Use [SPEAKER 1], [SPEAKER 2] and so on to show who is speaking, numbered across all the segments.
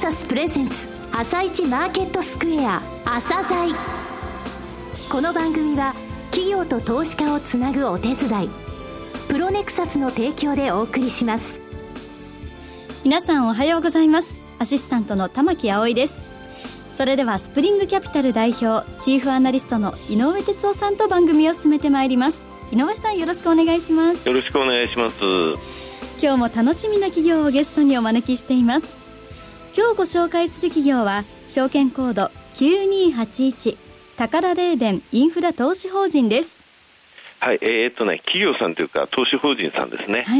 [SPEAKER 1] サスプレゼンツ朝市マーケットスクエア朝鮮。この番組は企業と投資家をつなぐお手伝いプロネクサスの提供でお送りします。
[SPEAKER 2] 皆さんおはようございます。アシスタントの玉木葵です。それではスプリングキャピタル代表チーフアナリストの井上哲夫さんと番組を進めてまいります。井上さん、よろしくお願いします。
[SPEAKER 3] よろしくお願いします。
[SPEAKER 2] 今日も楽しみな企業をゲストにお招きしています。今日ご紹介する企業は証券コード9281タカラレーベンインフラ投資法人です。
[SPEAKER 3] はい、企業さんというか投資法人さんですね。はい、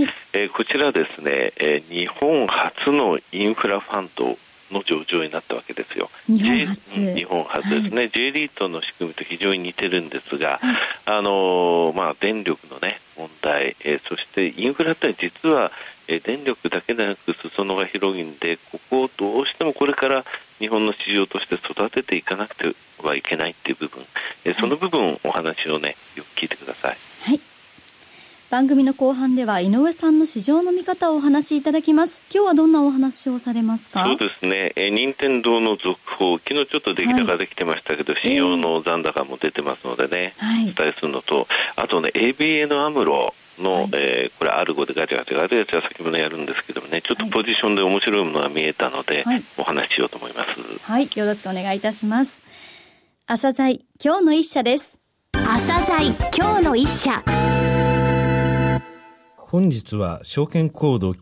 [SPEAKER 3] こちらですね、日本初のインフラファンドの上場になったわけですよ。
[SPEAKER 2] 日本初ですね。
[SPEAKER 3] はい、J リートの仕組みと非常に似てるんですが、電力のね問題、そしてインフラって実は電力だけでなく裾野が広いんで、ここをどうしてもこれから日本の市場として育てていかなくてはいけないっていう部分、その部分お話をねよく聞いてください。
[SPEAKER 2] はい、番組の後半では井上さんの市場の見方をお話しいただきます。今日はどんなお話をされますか？
[SPEAKER 3] そうですね、任天堂の続報、昨日ちょっと出来高できてましたけど、信用の残高も出てますのでね、お伝えするのと、あとね ABN アムロの、これアルゴでガチャガチャ先物やるんですけどもね、ちょっとポジションで面白いものが見えたので、お話ししようと思います。
[SPEAKER 2] はい、よろしくお願いいたします。朝鮮今日の一社です。
[SPEAKER 1] 朝鮮今日の一社。
[SPEAKER 4] 本日は証券コード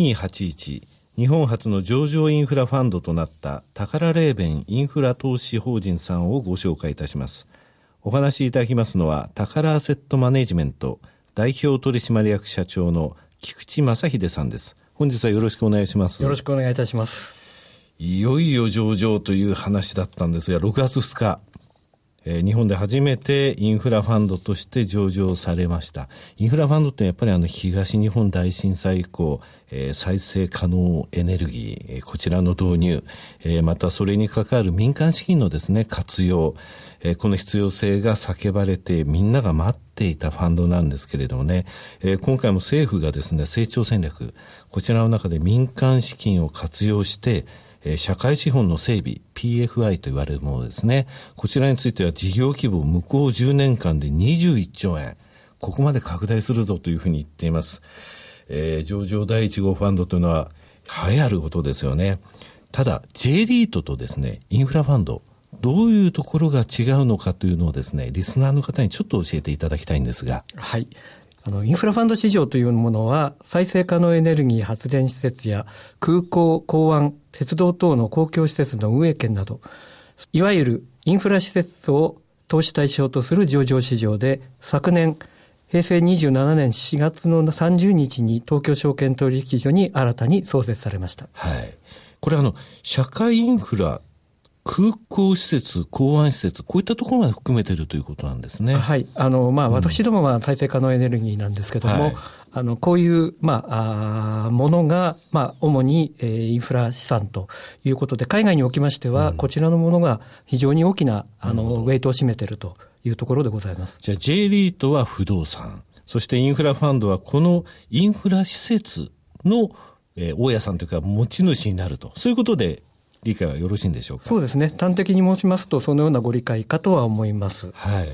[SPEAKER 4] 9281日本初の上場インフラファンドとなったタカラレーベンインフラ投資法人さんをご紹介いたします。お話しいただきますのはタカラアセットマネジメント代表取締役社長の菊池正秀さんです。本日はよろしくお願いします。
[SPEAKER 5] よろしくお願いいたします。
[SPEAKER 4] いよいよ上場という話だったんですが、6月2日、日本で初めてインフラファンドとして上場されました。インフラファンドってやっぱり東日本大震災以降、再生可能エネルギー、こちらの導入、またそれに関わる民間資金のですね活用、この必要性が叫ばれてみんなが待っていたファンドなんですけれどもね、今回も政府がですね成長戦略、こちらの中で民間資金を活用して社会資本の整備 PFI と言われるものですね。こちらについては事業規模向こう10年間で21兆円、ここまで拡大するぞというふうに言っています。上場第1号ファンドというのは流行ることですよね。ただ J リートとですねインフラファンド、どういうところが違うのかというのをですねリスナーの方にちょっと教えていただきたいんですが。
[SPEAKER 5] はい、インフラファンド市場というものは再生可能エネルギー発電施設や空港、港湾、鉄道等の公共施設の運営権など、いわゆるインフラ施設を投資対象とする上場市場で、昨年平成27年4月の30日に東京証券取引所に新たに創設されました。
[SPEAKER 4] はい。これ社会インフラ、空港施設、港湾施設、こういったところまで含めているということなんですね。
[SPEAKER 5] はい。私どもは再生可能エネルギーなんですけども、こういう、ものが、主に、インフラ資産ということで、海外におきましては、こちらのものが非常に大きな、ウェイトを占めているというところでございます。
[SPEAKER 4] じゃあ、J リートは不動産、そしてインフラファンドはこのインフラ施設の、大家さんというか持ち主になると、そういうことで、理解はよろしいんでしょうか？
[SPEAKER 5] そうですね。端的に申しますと、そのようなご理解かとは思います。
[SPEAKER 4] はい。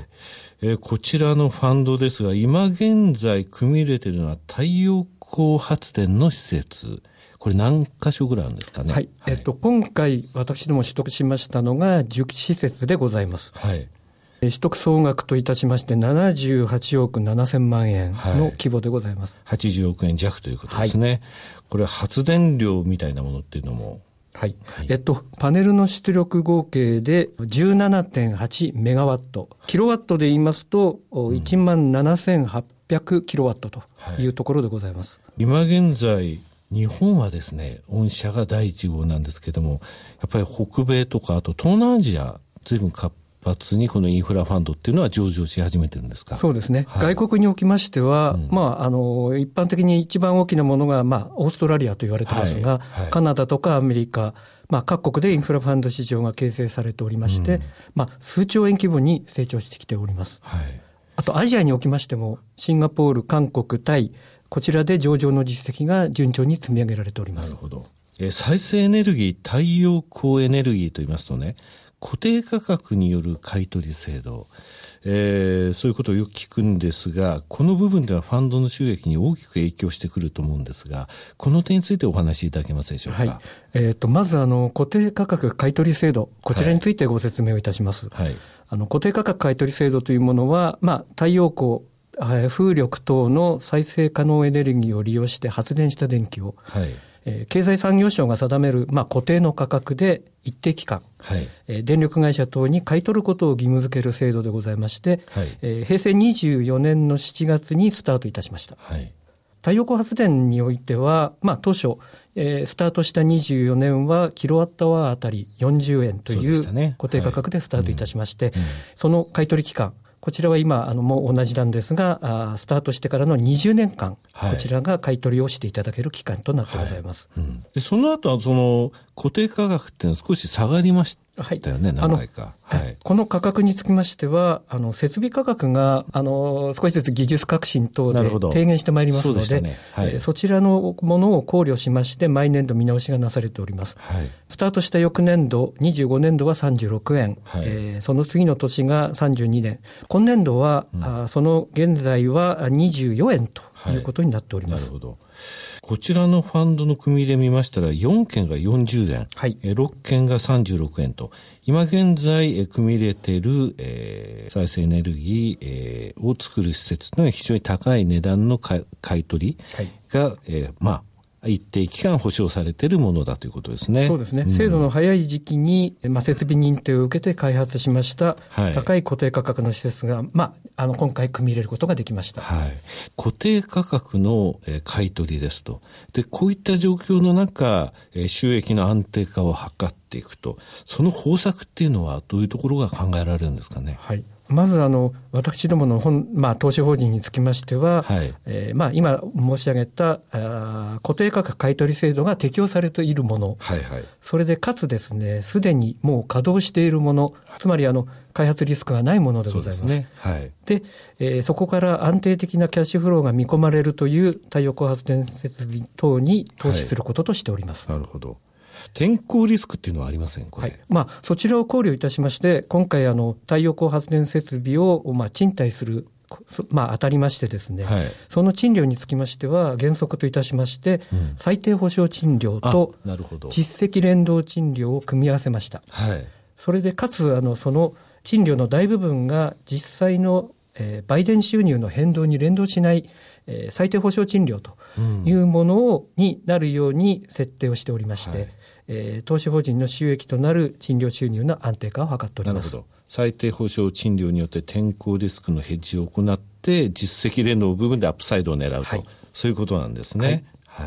[SPEAKER 4] こちらのファンドですが、今現在組み入れているのは太陽光発電の施設。これ何箇所ぐらいあるんですかね？
[SPEAKER 5] はい。今回私ども取得しましたのが10施設でございます。
[SPEAKER 4] はい。
[SPEAKER 5] 取得総額といたしまして78億7000万円の規模でございます。
[SPEAKER 4] 80億円弱ということですね。はい、これ発電量みたいなものっていうのも、
[SPEAKER 5] はい。パネルの出力合計で 17.8 メガワット。キロワットで言いますと、17,800キロワットというところでございます。
[SPEAKER 4] 今現在、日本はですね、御社が第1号なんですけども、やっぱり北米とか、あと東南アジア、随分活発にこのインフラファンドっていうのは上場し始めてるんですか？
[SPEAKER 5] そうですね。はい、外国におきましては、一般的に一番大きなものが、オーストラリアと言われてますが、カナダとかアメリカ、各国でインフラファンド市場が形成されておりまして、数兆円規模に成長してきております。はい、あとアジアにおきましても、シンガポール、韓国、タイ、こちらで上場の実績が順調に積み上げられております。
[SPEAKER 4] なるほど。 再生エネルギー、太陽光エネルギーと言いますとね、固定価格による買取制度、そういうことをよく聞くんですが、この部分ではファンドの収益に大きく影響してくると思うんですが、この点についてお話しいただけますでしょうか。
[SPEAKER 5] はい。まず固定価格買取制度、こちらについてご説明をいたします。はい。固定価格買取制度というものは、太陽光、風力等の再生可能エネルギーを利用して発電した電気を、はい、経済産業省が定める、固定の価格で一定期間、はい、電力会社等に買い取ることを義務付ける制度でございまして、はい、平成24年の7月にスタートいたしました。はい、太陽光発電においては、当初、スタートした24年はキロワットアワーあたり40円という固定価格でスタートいたしまして、その買い取り期間、こちらは今もう同じなんですが、スタートしてからの20年間、こちらが買い取りをしていただける期間となってございます。
[SPEAKER 4] はい、でその後はその固定価格っていうのは少し下がりましたよね、何回か。
[SPEAKER 5] この価格につきましては、設備価格が少しずつ技術革新等で低減してまいりますので、そちらのものを考慮しまして毎年度見直しがなされております。はい、スタートした翌年度25年度は36円、はい、その次の年が32年、今年度は、その現在は24円ということになっております。
[SPEAKER 4] なるほど。こちらのファンドの組み入れ見ましたら、4件が40円、はい、6件が36円と、今現在組み入れている、再生エネルギー、を作る施設の非常に高い値段の買い取りが、はい、一定期間保証されているものだということですね。
[SPEAKER 5] そうですね。制度の早い時期に、設備認定を受けて開発しました高い固定価格の施設が、今回組み入れることができました。
[SPEAKER 4] はい。固定価格の買い取りですと。で、こういった状況の中、収益の安定化を図っていくと、その方策っていうのはどういうところが考えられるんですかね。
[SPEAKER 5] はい。まず私どもの投資法人につきましては、はい、今申し上げた固定価格買取制度が適用されているもの、はいはい、それでかつですね、すでにもう稼働しているもの、つまり開発リスクがないものでございます。そうですね。はい、で、そこから安定的なキャッシュフローが見込まれるという太陽光発電設備等に投資することとしております。
[SPEAKER 4] はい、なるほど。天候リスクっていうのはありません、これ。
[SPEAKER 5] はい。そちらを考慮いたしまして、今回太陽光発電設備を賃貸する、当たりましてですね、はい、その賃料につきましては原則といたしまして、最低保証賃料と実績連動賃料を組み合わせました。はい。それでかつその賃料の大部分が実際の、売電収入の変動に連動しない、最低保証賃料というものになるように設定をしておりまして、はい、投資法人の収益となる賃料収入の安定化を図っております。
[SPEAKER 4] なるほど。最低保証賃料によって天候リスクのヘッジを行って実績連動部分でアップサイドを狙うと、はい、そういうことなんですね。はい。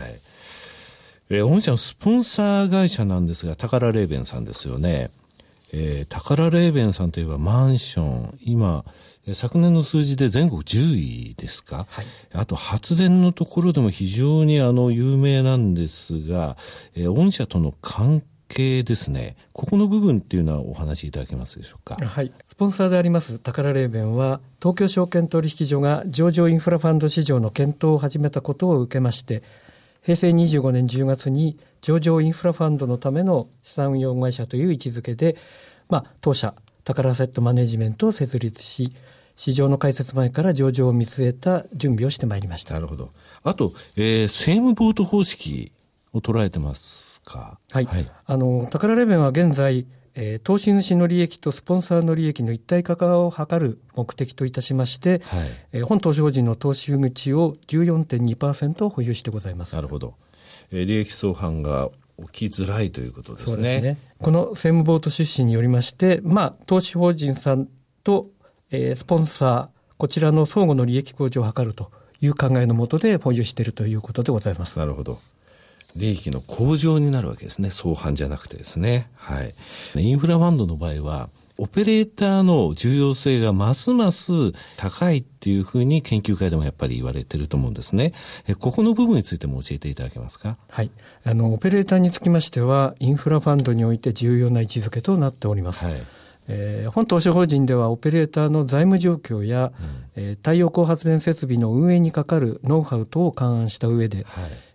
[SPEAKER 4] はい、御社のスポンサー会社なんですが、タカラレーベンさんですよね。タカラレーベンさんといえばマンション、今昨年の数字で全国10位ですか、はい、あと発電のところでも非常に有名なんですが、御社との関係ですね、ここの部分っていうのはお話しいただけますでしょうか。
[SPEAKER 5] はい。スポンサーでありますタカラレーベンは、東京証券取引所が上場インフラファンド市場の検討を始めたことを受けまして、平成25年10月に上場インフラファンドのための資産運用会社という位置づけで、当社タカラアセットマネジメントを設立し、市場の開設前から上場を見据えた準備をしてまいりました。
[SPEAKER 4] なるほど。あと、セームボート方式を捉えてますか。
[SPEAKER 5] はい。はい、タカラレーベンは現在、投資主の利益とスポンサーの利益の一体化を図る目的といたしまして、はい、本投資法人の投資口を 14.2% 保有してございます。
[SPEAKER 4] なるほど。利益相反が起きづらいということですね。そうですね。
[SPEAKER 5] このセームボート出資によりまして、投資法人さんとスポンサー、こちらの相互の利益向上を図るという考えのもとで保有しているということでございます。
[SPEAKER 4] なるほど。利益の向上になるわけですね。相反じゃなくてですね。はい。インフラファンドの場合は、オペレーターの重要性がますます高いっていうふうに研究会でもやっぱり言われていると思うんですね。ここの部分についても教えていただけますか。
[SPEAKER 5] はい。オペレーターにつきましては、インフラファンドにおいて重要な位置づけとなっております。はい。本投資法人ではオペレーターの財務状況や、太陽光発電設備の運営にかかるノウハウ等を勘案した上で、はい、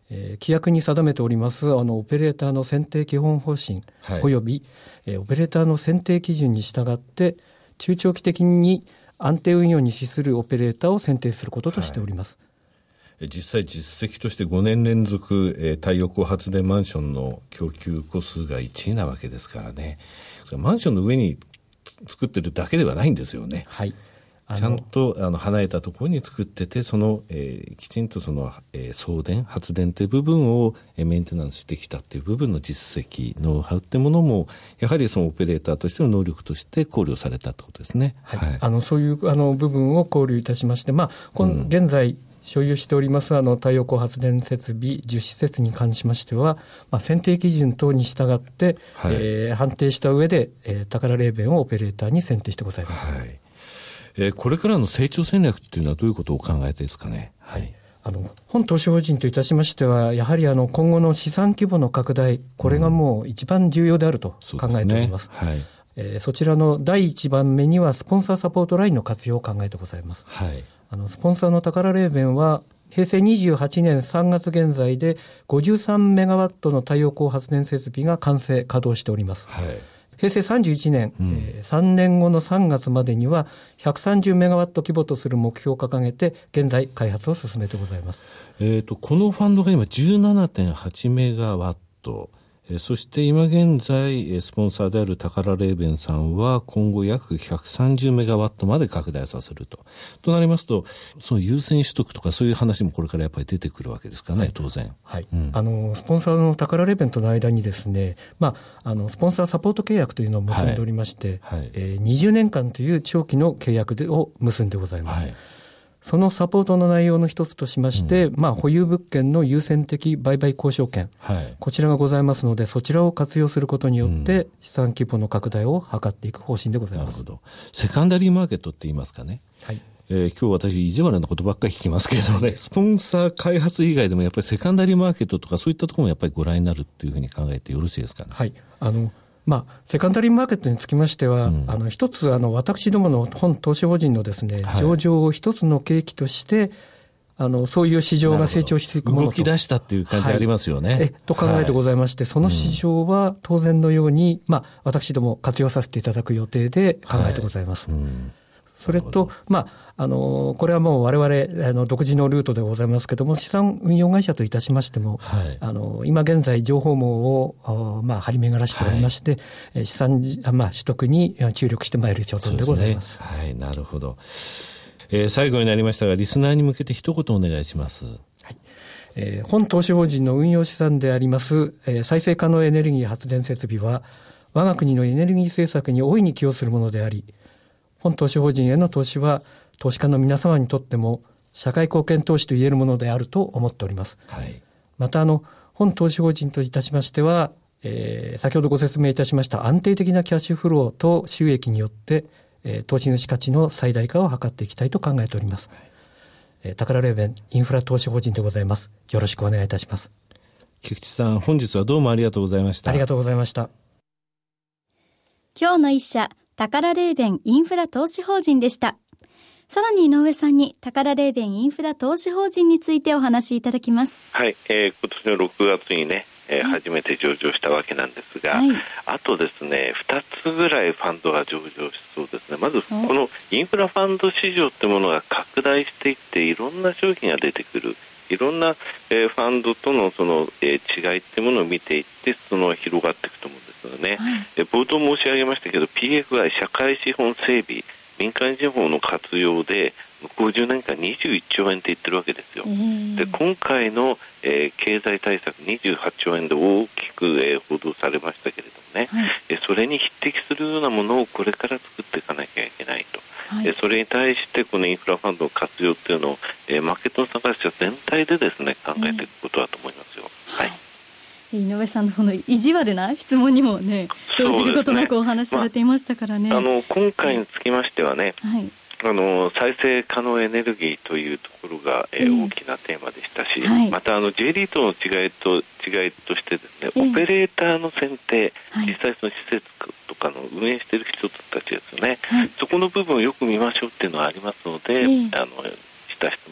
[SPEAKER 5] 規約に定めておりますオペレーターの選定基本方針、および、オペレーターの選定基準に従って中長期的に安定運用に資するオペレーターを選定することとしております。
[SPEAKER 4] 実際実績として5年連続、太陽光発電マンションの供給戸数が1位なわけですからね。マンションの上に作ってるだけではないんですよね。はい。ちゃんと離れたところに作ってて、その、きちんとその、送電発電という部分をメンテナンスしてきたという部分の実績ノウハウってものもやはりそのオペレーターとしての能力として考慮されたということですね。
[SPEAKER 5] はい。そういう部分を考慮いたしまして、現在所有しております太陽光発電設備10施設に関しましては、選定基準等に従って、判定した上で、タカラレーベンをオペレーターに選定してございます。
[SPEAKER 4] これからの成長戦略っていうのはどういうことをお考えですかね。はい。
[SPEAKER 5] 本投資法人といたしましては、やはり今後の資産規模の拡大、これがもう一番重要であると考えております。そちらの第1番目にはスポンサーサポートラインの活用を考えてございます。スポンサーのタカラレーベンは平成28年3月現在で53メガワットの太陽光発電設備が完成稼働しております。平成31年、3年後の3月までには130メガワット規模とする目標を掲げて現在開発を進めてございます。
[SPEAKER 4] このファンドが今 17.8 メガワット、そして今現在スポンサーであるタカラレーベンさんは今後約130メガワットまで拡大させるとなりますと、その優先取得とかそういう話もこれからやっぱり出てくるわけですかね。当然。
[SPEAKER 5] スポンサーのタカラレーベンとの間にですね、スポンサーサポート契約というのを結んでおりまして、20年間という長期の契約を結んでございます。そのサポートの内容の一つとしまして、保有物件の優先的売買交渉権、こちらがございますので、そちらを活用することによって、資産規模の拡大を図っていく方針でございます。
[SPEAKER 4] なるほど。セカンダリーマーケットって言いますかね。今日私意地悪なことばっかり聞きますけどね、スポンサー開発以外でもやっぱりセカンダリーマーケットとかそういったところもやっぱりご覧になるっていうふうに考えてよろしいですかね。
[SPEAKER 5] セカンダリーマーケットにつきましては、一つ私どもの本投資法人のですね、上場を一つの契機として、そういう市場が成長していくものと。
[SPEAKER 4] 動き出したっていう感じありますよね。
[SPEAKER 5] と考えてございまして、その市場は当然のように、私ども活用させていただく予定で考えてございます。それと、これはもう我々独自のルートでございますけども、資産運用会社といたしましても、今現在情報網を張り巡らしておりまして、資産、取得に注力してまいる所存でございます。
[SPEAKER 4] なるほど。最後になりましたが、リスナーに向けて一言お願いします。
[SPEAKER 5] 本投資法人の運用資産であります、再生可能エネルギー発電設備は、我が国のエネルギー政策に大いに寄与するものであり、本投資法人への投資は投資家の皆様にとっても社会貢献投資と言えるものであると思っております。また本投資法人といたしましては、先ほどご説明いたしました安定的なキャッシュフローと収益によって、投資主価値の最大化を図っていきたいと考えております。タカラレーベンインフラ投資法人でございます。よろしくお願いいたします。
[SPEAKER 4] 菊池さん、本日はどうもありがとうございました。
[SPEAKER 5] ありがとうございました。
[SPEAKER 2] 今日の一社タカラレーベンインフラ投資法人でした。さらに井上さんにタカラレーベンインフラ投資法人についてお話しいただきます。
[SPEAKER 3] 今年の6月にね、初めて上場したわけなんですが、あとですね2つぐらいファンドが上場しそうですね。まずこのインフラファンド市場ってものが拡大していっていろんな商品が出てくる、いろんな、ファンドとのその、違いってものを見ていって広がっていくと思うんですよね。冒頭申し上げましたけど PFI 社会資本整備民間資本の活用で向こう10年間21兆円って言ってるわけですよ。で今回の、経済対策28兆円で大きく、報道されましたけれどもね、それに匹敵するようなものをこれから作っていかなきゃいけないと、それに対してこのインフラファンドの活用っていうのを、マーケットの参加者全体でですね考えていくことだと思いますよ。
[SPEAKER 2] 井上さんのこの意地悪な質問にもね動じることなくお話しされていましたからね。
[SPEAKER 3] 今回につきましてはね、再生可能エネルギーというところが、大きなテーマでしたし、またJ リートの違いとしてですね、オペレーターの選定、実際その施設とかの運営している人たちですよね、そこの部分をよく見ましょうっていうのはありますので、した質問なんです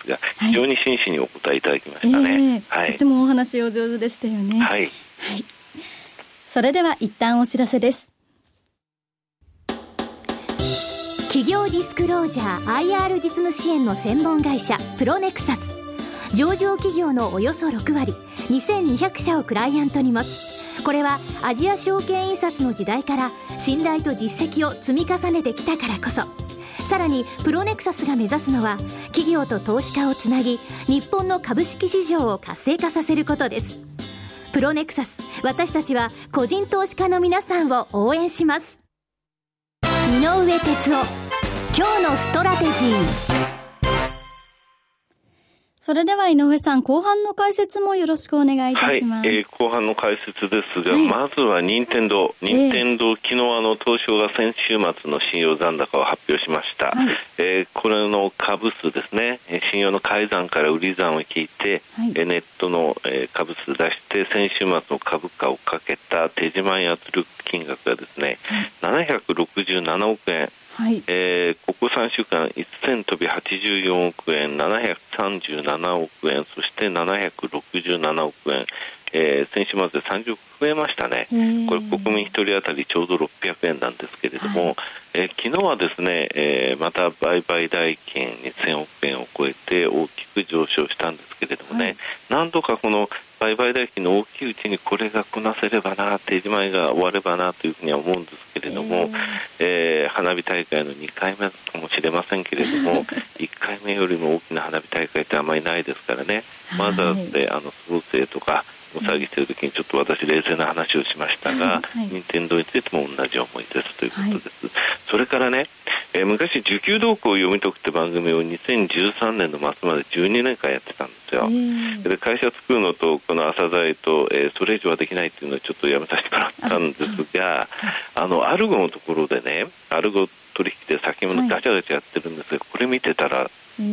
[SPEAKER 3] ですが、非常に真摯にお答えいただきましたね。
[SPEAKER 2] とてもお話お上手でしたよね。
[SPEAKER 3] はい。
[SPEAKER 2] それでは一旦お知らせです。
[SPEAKER 1] 企業ディスクロージャー IR 実務支援の専門会社プロネクサス。上場企業のおよそ6割、2200社をクライアントに持つ。これはアジア証券印刷の時代から信頼と実績を積み重ねてきたからこそ。さらにプロネクサスが目指すのは企業と投資家をつなぎ、日本の株式市場を活性化させることです。プロネクサス、私たちは個人投資家の皆さんを応援します。井上哲夫、今日のストラテジー。
[SPEAKER 2] それでは井上さん、後半の解説もよろしくお願いいたします。
[SPEAKER 3] 後半の解説ですが、まずは任天堂、昨日東証が先週末の信用残高を発表しました。これの株数ですね、信用の買い算から売り算を聞いて、ネットの株数出して先週末の株価をかけた手締まい圧力金額がですね、767億円。ここ3週間1000飛び84億円、737億円、そして767億円、先週末で30億増えましたね。これ国民1人当たりちょうど600円なんですけれども、昨日はですね、また売買代金2000億円を超えて大きく上昇したんですけれどもね、何度かこの売買代金の大きいうちにこれがこなせればな、手締まいが終わればなというふうには思うんですけれども、花火大会の2回目かもしれませんけれども1回目よりも大きな花火大会ってあまりないですからね。マザーズで創生とかお騒ぎしているときにちょっと私冷静な話をしましたが、任天堂についても同じ思いですということです。それからね、昔需給動向を読み解くって番組を2013年の末まで12年間やってたんですよ。で会社作るのとこの朝鮮と、それ以上はできないっていうのをちょっとやめさせてもらったんですが、アルゴのところでね、アルゴ取引で先物ガチャガチャやってるんですが、これ見てたら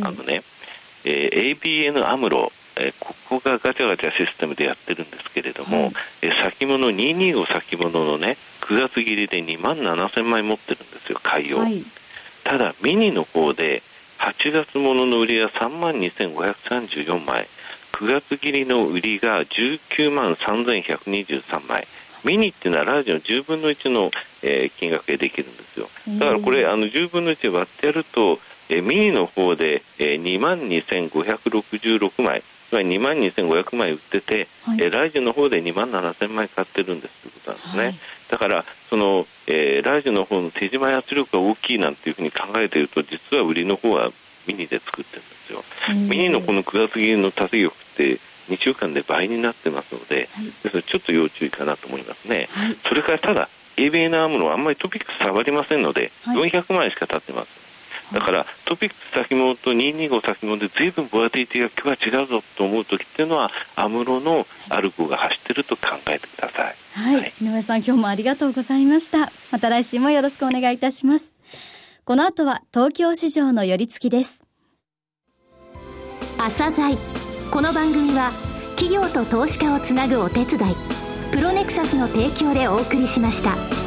[SPEAKER 3] ABN アムロ、ここがガチャガチャシステムでやってるんですけれども、先物225先物のね9月切りで2万7000枚持ってるんですよ、買いを。ただミニの方で8月物の売りは3万2534枚、9月切りの売りが19万3123枚。ミニっていうのはラージの10分の1の、金額でできるんですよ。だからこれ10分の1で割ってやると、ミニの方で、2万2566枚、つまり2万2500枚売ってて、ライジの方で2万7000枚買ってるんですということなんですね。だからその、ライジの方の手締まい圧力が大きいなんていうふうに考えていると、実は売りの方はミニで作ってるんですよ。ミニのこの9月切りの縦玉って2週間で倍になってますので、ですからちょっと要注意かなと思いますね。それからただ ABN アムロはあんまりトピックス下がりませんので、400枚しか経ってます。だからトピックス先物と225先物で随分ボラティティが今日は違うぞと思う時っていうのは、アムロのアルゴが走ってると考えてください。
[SPEAKER 2] 井上さん、今日もありがとうございました。また来週もよろしくお願いいたします。この後は東京市場の寄り付きです。
[SPEAKER 1] 朝鮮。この番組は企業と投資家をつなぐお手伝い、プロネクサスの提供でお送りしました。